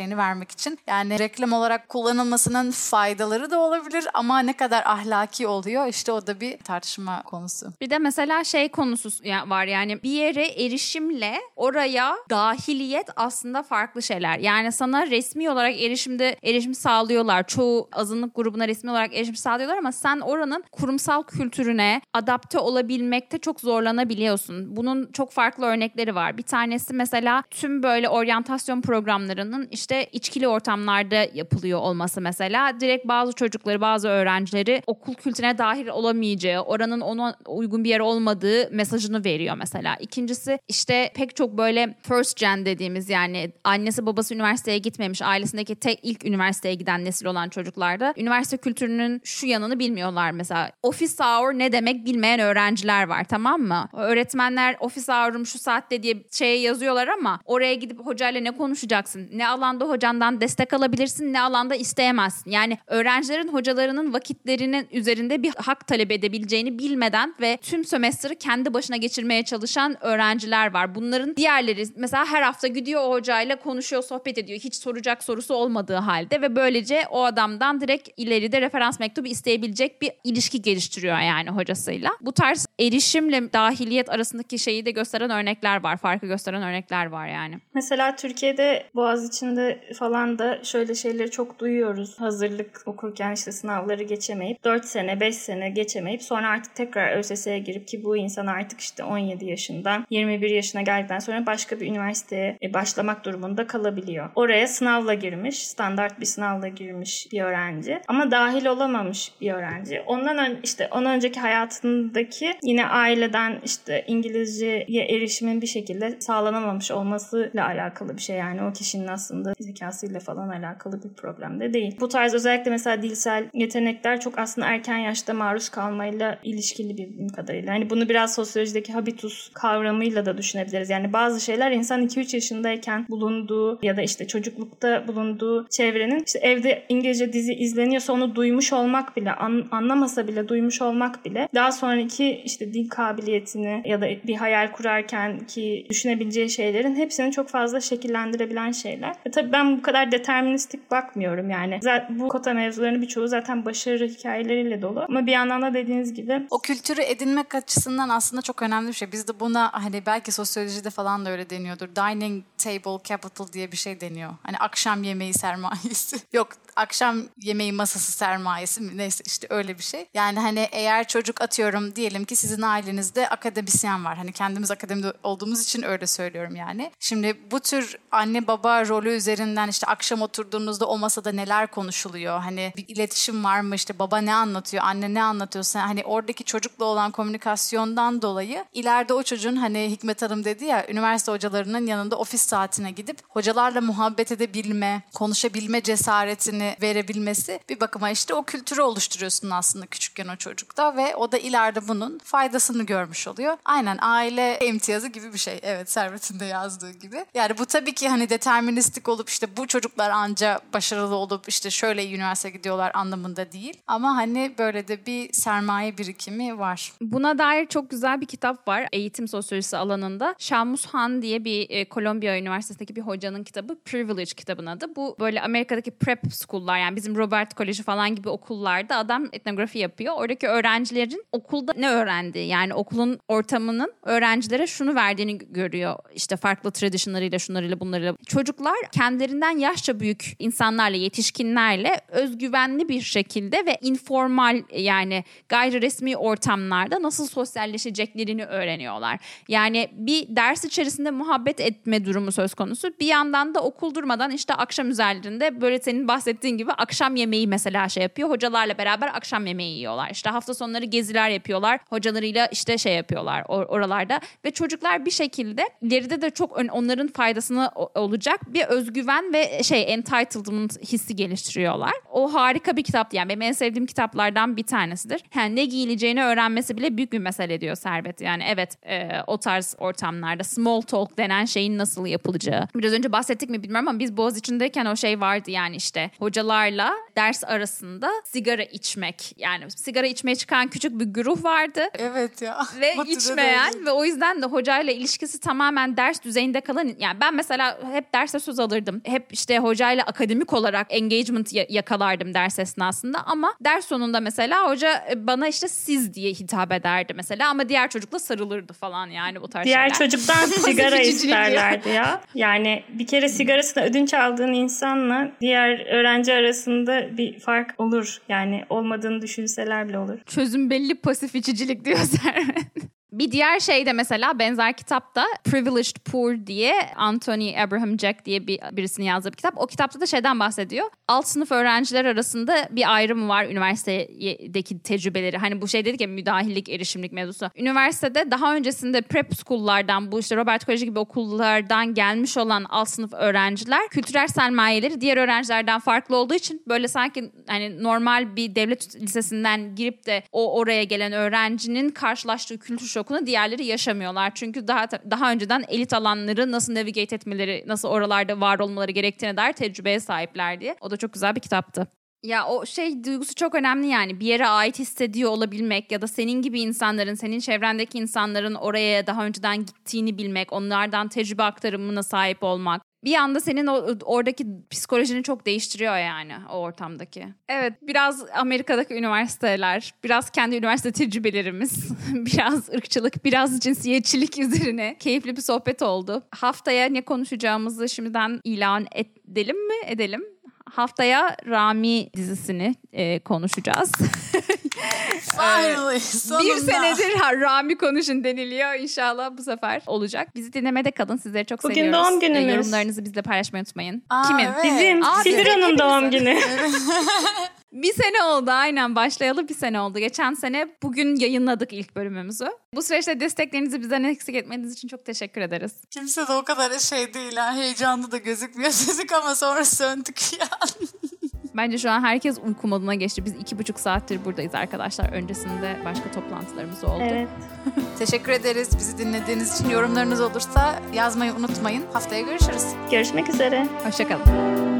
şeyini vermek için. Yani reklam olarak kullanılmasının faydaları da olabilir ama ne kadar ahlaki oluyor işte o da bir tartışma konusu. Bir de mesela şey konusu var, yani bir yere erişimle oraya dahiliyet aslında farklı şeyler. Yani sana resmi olarak erişim sağlıyorlar. Çoğu azınlık grubuna resmi olarak erişim sağlıyorlar ama sen oranın kurumsal kültürüne adapte olabilmekte çok zorlanabiliyorsun. Bunun çok farklı örnekleri var. Bir tanesi mesela tüm böyle oryantasyon programlarının işte içkili ortamlarda yapılıyor olması mesela. Direkt bazı çocukları, bazı öğrencileri okul kültürüne dahil olamayacağı, oranın ona uygun bir yer olmadığı mesajını veriyor mesela. İkincisi işte pek çok böyle first gen dediğimiz, yani annesi babası üniversiteye gitmemiş, ailesindeki ilk üniversiteye giden nesil olan çocuklarda üniversite kültürünün şu yanını bilmiyorlar mesela. Office hour ne demek bilmeyen öğrenciler var, tamam mı? Öğretmenler office hour'um şu saatte diye şeye yazıyorlar ama oraya gidip hocayla ne konuşacaksın? Ne alanda hocandan destek alabilirsin, ne alanda isteyemezsin. Yani öğrencilerin hocalarının vakitlerinin üzerinde bir hak talep edebileceğini bilmeden ve tüm sömestrı kendi başına geçirmeye çalışan öğrenciler var. Bunların diğerleri mesela her hafta gidiyor o hocayla konuşuyor, sohbet ediyor. Hiç soracak sorusu olmadığı halde ve böylece o adamdan direkt ileride referans mektubu isteyebilecek bir ilişki geliştiriyor yani hocasıyla. Bu tarz erişimle dahiliyet arasındaki şeyi de gösteren örnekler var. Farkı gösteren örnekler var yani. Mesela Türkiye'de Boğaziçi'nde falan da şöyle şeyleri çok duyuyoruz. Hazırlık okurken işte sınavları geçemeyip 4 sene 5 sene geçemeyip sonra artık tekrar ÖSS'ye girip, ki bu insan artık işte 17 yaşından 21 yaşına geldikten sonra başka bir üniversiteye başlamak durumunda kalabiliyor. Oraya sınavla girmiş, standart bir sınavla girmiş bir öğrenci ama dahil olamamış bir öğrenci. Ondan önceki hayatındaki yine aileden işte İngilizceye erişimin bir şekilde sağlanamamış olmasıyla alakalı bir şey, yani o kişinin aslında zekasıyla falan alakalı bir problem de değil. Bu tarz özellikle mesela dilsel yetenekler çok aslında erken yaşta maruz kalmayla ilişkili bildiğim kadarıyla. Yani bunu biraz sosyolojideki habitus kavramıyla da düşünebiliriz. Yani bazı şeyler insan 2-3 yaşındayken bulunduğu ya da işte çocuklukta bulunduğu çevrenin, işte evde İngilizce dizi izleniyorsa onu duymuş olmak bile, anlamasa bile duymuş olmak bile daha sonraki işte dil kabiliyetini ya da bir hayal kurarken ki düşünebileceği şeylerin hepsini çok fazla şekillendirebilen şeyler. Tabii ben bu kadar deterministik bakmıyorum yani. Bu kota mevzularının birçoğu zaten başarı hikayeleriyle dolu. Ama bir yandan da dediğiniz gibi o kültürü edinmek açısından aslında çok önemli bir şey. Biz de buna hani belki sosyolojide falan da öyle deniyordur. Dining table capital diye bir şey deniyor. Hani akşam yemeği sermayesi. Yok, akşam yemeği masası sermayesi mi? Neyse işte öyle bir şey. Yani hani eğer çocuk, atıyorum diyelim ki sizin ailenizde akademisyen var. Hani kendimiz akademide olduğumuz için öyle söylüyorum yani. Şimdi bu tür anne baba rolü üzerinden işte akşam oturduğunuzda o masada neler konuşuluyor? Hani bir iletişim var mı? İşte baba ne anlatıyor? Anne ne anlatıyor? Sen hani oradaki çocukla olan komünikasyondan dolayı ileride o çocuğun, hani Hikmet Hanım dedi ya, üniversite hocalarının yanında ofis saatine gidip hocalarla muhabbet edebilme, konuşabilme cesaretini verebilmesi bir bakıma işte o kültürü oluşturuyorsun aslında küçükken o çocukta ve o da ileride bunun faydasını görmüş oluyor. Aynen, aile imtiyazı gibi bir şey. Evet, Servet'in de yazdığı gibi. Yani bu tabii ki hani deterministik olup işte bu çocuklar anca başarılı olup işte şöyle üniversiteye gidiyorlar anlamında değil. Ama hani böyle de bir sermaye birikimi var. Buna dair çok güzel bir kitap var eğitim sosyolojisi alanında. Shamus Han diye bir Kolombiya Üniversitesi'ndeki bir hocanın kitabı, Privilege kitabının adı. Bu böyle Amerika'daki prep school'lar, yani bizim Robert Koleji falan gibi okullarda adam etnografi yapıyor. Oradaki öğrencilerin okulda ne öğrendiği, yani okulun ortamının öğrencilere şunu verdiğini görüyor. İşte farklı traditionlarıyla, şunlarıyla, bunlarıyla. Çocuklar kendilerinden yaşça büyük insanlarla, yetişkinlerle özgüvenli bir şekilde ve informal, yani gayri resmi ortamlarda nasıl sosyalleşeceklerini öğreniyorlar. Yani bir ders içerisinde muhabbet etme durumu söz konusu. Bir yandan da okul durmadan işte akşam üzerlerinde böyle senin bahsettiğin gibi akşam yemeği mesela şey yapıyor. Hocalarla beraber akşam yemeği yiyorlar. İşte hafta sonları geziler yapıyorlar. Hocalarıyla işte şey yapıyorlar oralarda. Ve çocuklar bir şekilde ileride de çok onların faydasına olacak bir özgüven ve entitlement hissi geliştiriyorlar. O harika bir kitaptı. Yani benim en sevdiğim kitaplardan bir tanesidir. Yani ne giyileceğini öğrenmesi bile büyük bir mesele diyor Servet. Yani evet, o tarz ortamlarda small talk denen şeyin nasıl yapılacağı. Biraz önce bahsettik mi bilmiyorum ama biz Boğaziçi'ndeyken o şey vardı, yani işte hocalarla ders arasında sigara içmek. Yani sigara içmeye çıkan küçük bir güruh vardı. Evet ya. Ve içmeyen ve o yüzden de hocayla ilişkisi tamamen ders düzeyinde kalan. Yani ben mesela hep derse söz alırdım. Hep işte hocayla akademik olarak engagement yakalardım ders esnasında ama ders sonunda mesela hoca bana işte siz diye hitap ederdi mesela ama diğer çocukla sarılırdı falan yani bu tarz Diğer şeyler. çocuktan sigara isterlerdi ya. Yani bir kere sigarasını ödünç aldığın insanla diğer öğrenci arasında bir fark olur. Yani olmadığını düşünseler bile olur. Çözüm belli, pasif içicilik diyor Servet. Bir diğer şey de mesela benzer kitapta Privileged Poor diye Anthony Abraham Jack diye birisinin yazdığı bir kitap. O kitapta da şeyden bahsediyor. Alt sınıf öğrenciler arasında bir ayrım var üniversitedeki tecrübeleri. Hani bu şey dedik ya, müdahillik, erişimlik mevzusu. Üniversitede daha öncesinde prep school'lardan, bu işte Robert Koleji gibi okullardan gelmiş olan alt sınıf öğrenciler kültürel sermayeleri diğer öğrencilerden farklı olduğu için böyle sanki hani normal bir devlet lisesinden girip de oraya gelen öğrencinin karşılaştığı kültür şokunu diğerleri yaşamıyorlar. Çünkü daha önceden elit alanları nasıl navigate etmeleri, nasıl oralarda var olmaları gerektiğine dair tecrübeye sahipler diye. O da çok güzel bir kitaptı. Ya o şey duygusu çok önemli yani. Bir yere ait hissediyor olabilmek ya da senin gibi insanların, senin çevrendeki insanların oraya daha önceden gittiğini bilmek, onlardan tecrübe aktarımına sahip olmak. Bir anda senin oradaki psikolojini çok değiştiriyor yani o ortamdaki. Evet, biraz Amerika'daki üniversiteler, biraz kendi üniversite tecrübelerimiz, biraz ırkçılık, biraz cinsiyetçilik üzerine keyifli bir sohbet oldu. Haftaya ne konuşacağımızı şimdiden ilan edelim mi? Edelim. Haftaya Rami dizisini konuşacağız. Finally, sonunda. Bir senedir Rami konuşun deniliyor. İnşallah bu sefer olacak. Bizi dinlemede kalın. Sizleri çok Bugün seviyoruz. doğum günümüz. Yorumlarınızı bizle paylaşmayı unutmayın. Kimin? Evet. Bizim Sidira'nın doğum günü. Bir sene oldu aynen, başlayalı bir sene oldu. Geçen sene bugün yayınladık ilk bölümümüzü. Bu süreçte desteklerinizi bizden eksik etmediğiniz için çok teşekkür ederiz. Kimse de o kadar şey değil ha. Heyecanlı da gözükmüyor dedik ama sonra söndük ya. Bence şu an herkes uyku moduna geçti. Biz 2,5 saattir buradayız arkadaşlar. Öncesinde başka toplantılarımız oldu. Evet. Teşekkür ederiz bizi dinlediğiniz için. Yorumlarınız olursa yazmayı unutmayın. Haftaya görüşürüz. Görüşmek üzere. Hoşçakalın.